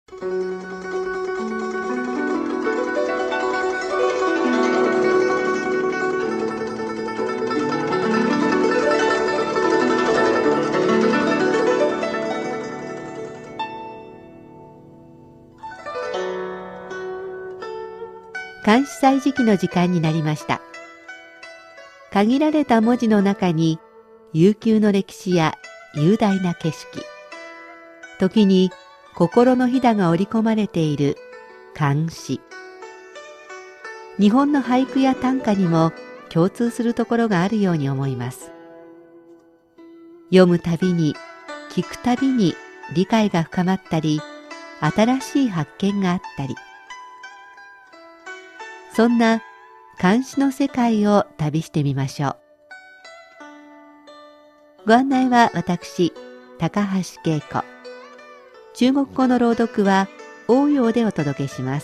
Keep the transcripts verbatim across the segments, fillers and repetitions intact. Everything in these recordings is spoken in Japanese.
漢詩歳時記の時間になりました。限られた文字の中に悠久の歴史や雄大な景色、時に心のひだが織り込まれている漢詩。日本の俳句や短歌にも共通するところがあるように思います。読むたびに、聞くたびに理解が深まったり、新しい発見があったり、そんな漢詩の世界を旅してみましょう。ご案内は私、高橋恵子。中国語の朗読は応用でお届けします。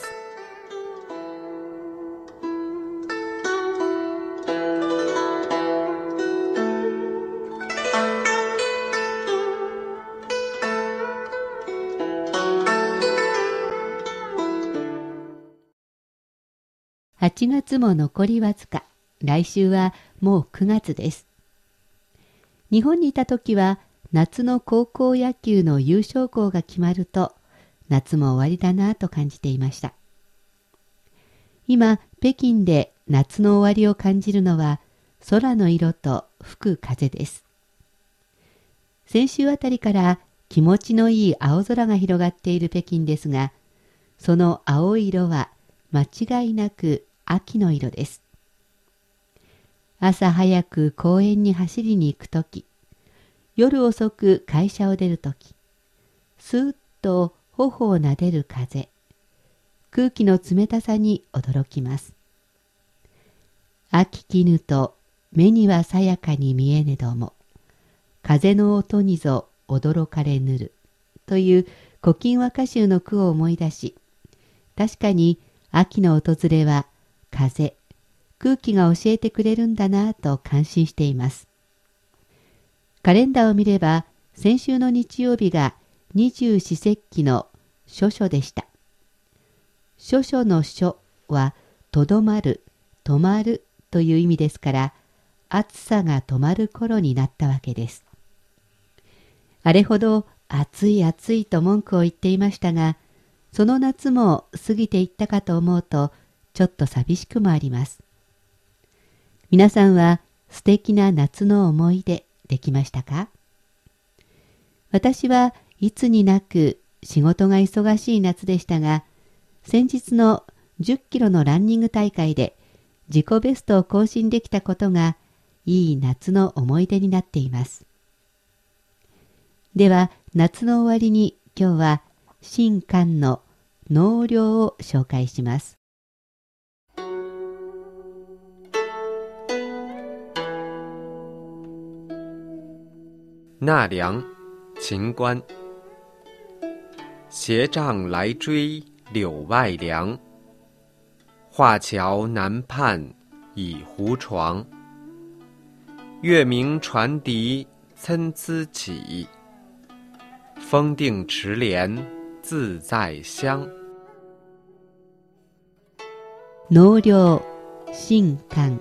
はちがつも残りわずか。来週はもうくがつです。日本にいた時は夏の高校野球の優勝校が決まると夏も終わりだなと感じていました。今北京で夏の終わりを感じるのは空の色と吹く風です。先週あたりから気持ちのいい青空が広がっている北京ですが、その青い色は間違いなく秋の色です。朝早く公園に走りに行くとき、夜遅く会社を出るとき、スーッと頬をなでる風、空気の冷たさに驚きます。秋きぬと目にはさやかに見えねども、風の音にぞ驚かれぬるという古今和歌集の句を思い出し、確かに秋の訪れは風、空気が教えてくれるんだなぁと感心しています。カレンダーを見れば、先週の日曜日が二十四節気の処暑でした。処暑の暑は、とどまる、止まるという意味ですから、暑さが止まる頃になったわけです。あれほど暑い暑いと文句を言っていましたが、その夏も過ぎていったかと思うと、ちょっと寂しくもあります。皆さんは素敵な夏の思い出できましたか？私はいつになく仕事が忙しい夏でしたが、先日のじゅっキロのランニング大会で自己ベストを更新できたことがいい夏の思い出になっています。では夏の終わりに今日は新漢の納涼を紹介します。 纳凉，秦观。斜杖来追柳外凉，画桥南畔倚胡床。月明传笛参差起，风定池莲自在香。 納涼、新漢。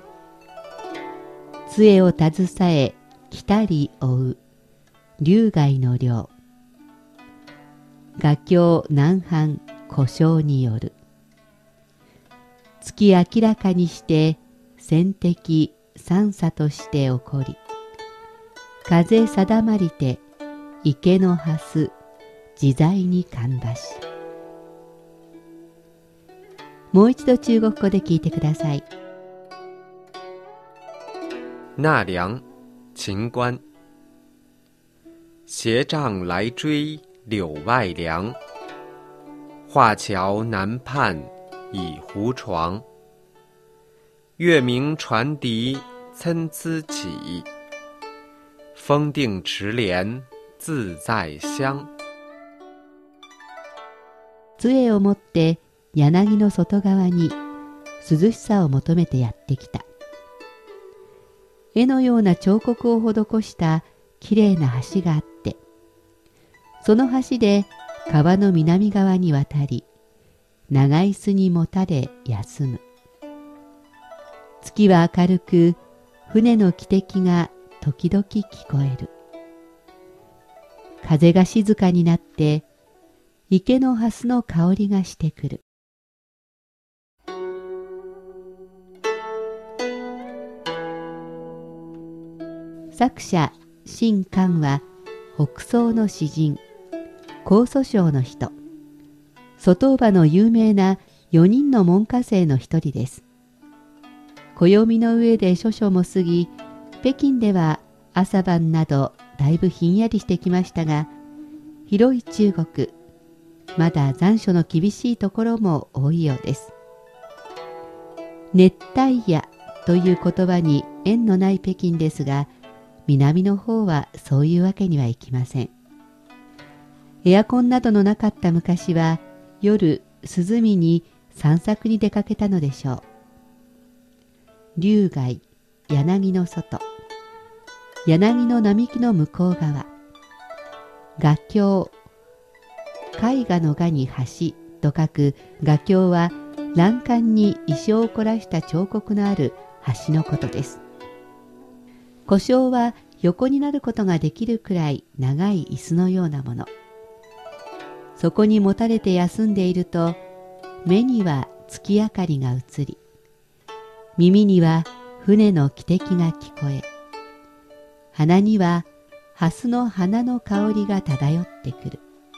杖を携え来たり追う龍外の涼。画境南畔故障による。月明らかにして戦敵三叉として起こり、風定まりて池の蓮自在に芳し。もう一度中国語で聞いてください。 纳凉，秦观。斜杖来追柳外凉，画桥南畔倚胡床。月明传笛参差起，风定池莲自在香。 杖を持って柳の外側に涼しさを求めてやってきた。絵のような彫刻を施したきれいな橋があって、その橋で川の南側に渡り、長椅子にもたれ休む。月は明るく、船の汽笛が時々聞こえる。風が静かになって、池の蓮の香りがしてくる。作者陳寛は北宋の詩人、江蘇省の人、外伯の有名なよにんの門下生の一人です。暦の上で諸々も過ぎ、北京では朝晩などだいぶひんやりしてきましたが、広い中国、まだ残暑の厳しいところも多いようです。熱帯夜という言葉に縁のない北京ですが、南の方はそういうわけにはいきません。エアコンなどのなかった昔は、夜涼みに散策に出かけたのでしょう。柳街、柳の外、柳の並木の向こう側、画橋、絵画の画に橋と書く画橋は、欄干に意匠を凝らした彫刻のある橋のことです。古鐘は横になることができるくらい長い椅子のようなもの。そこにもたれて休んでいると、目には月明かりが映り、耳には船の汽笛が聞こえ、鼻には蓮の花の香りが漂ってくる。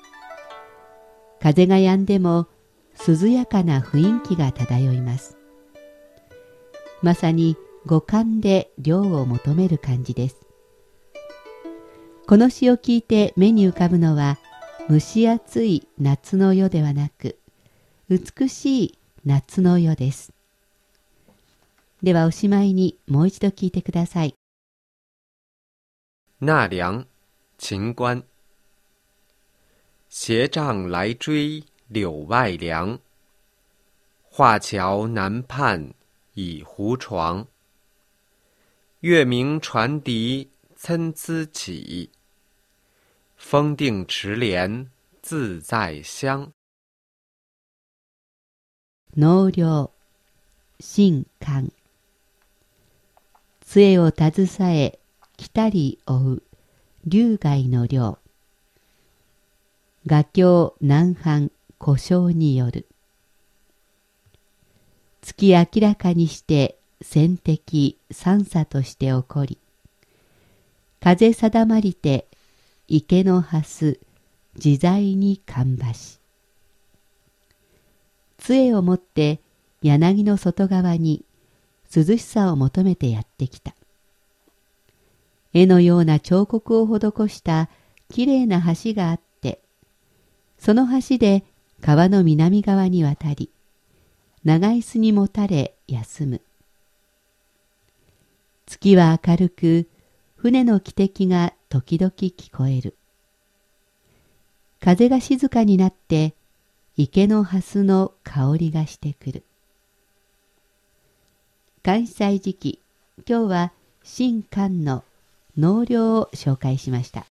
風が止んでも涼やかな雰囲気が漂います。まさに五感で涼を求める感じです。この詩を聞いて目に浮かぶのは、蒸し暑い夏の夜ではなく、美しい夏の夜です。ではおしまいにもう一度聞いてください。 纳凉，秦观。斜杖来追柳外凉，画桥南畔倚胡床。月明船笛参差起，风定池莲自在乡。 納涼、陳寛。杖を携え来たり追う柳街の涼。画橋南畔古鐘による。月明らかにして線滴三叉として起こり、風定まりて池の蓮自在に芳し。杖を持って柳の外側に涼しさを求めてやってきた。絵のような彫刻を施したきれいな橋があって、その橋で川の南側に渡り、長椅子にもたれ休む。月は明るく、船の汽笛が時々聞こえる。風が静かになって、池の蓮の香りがしてくる。関西時期、今日は陳寛の納涼を紹介しました。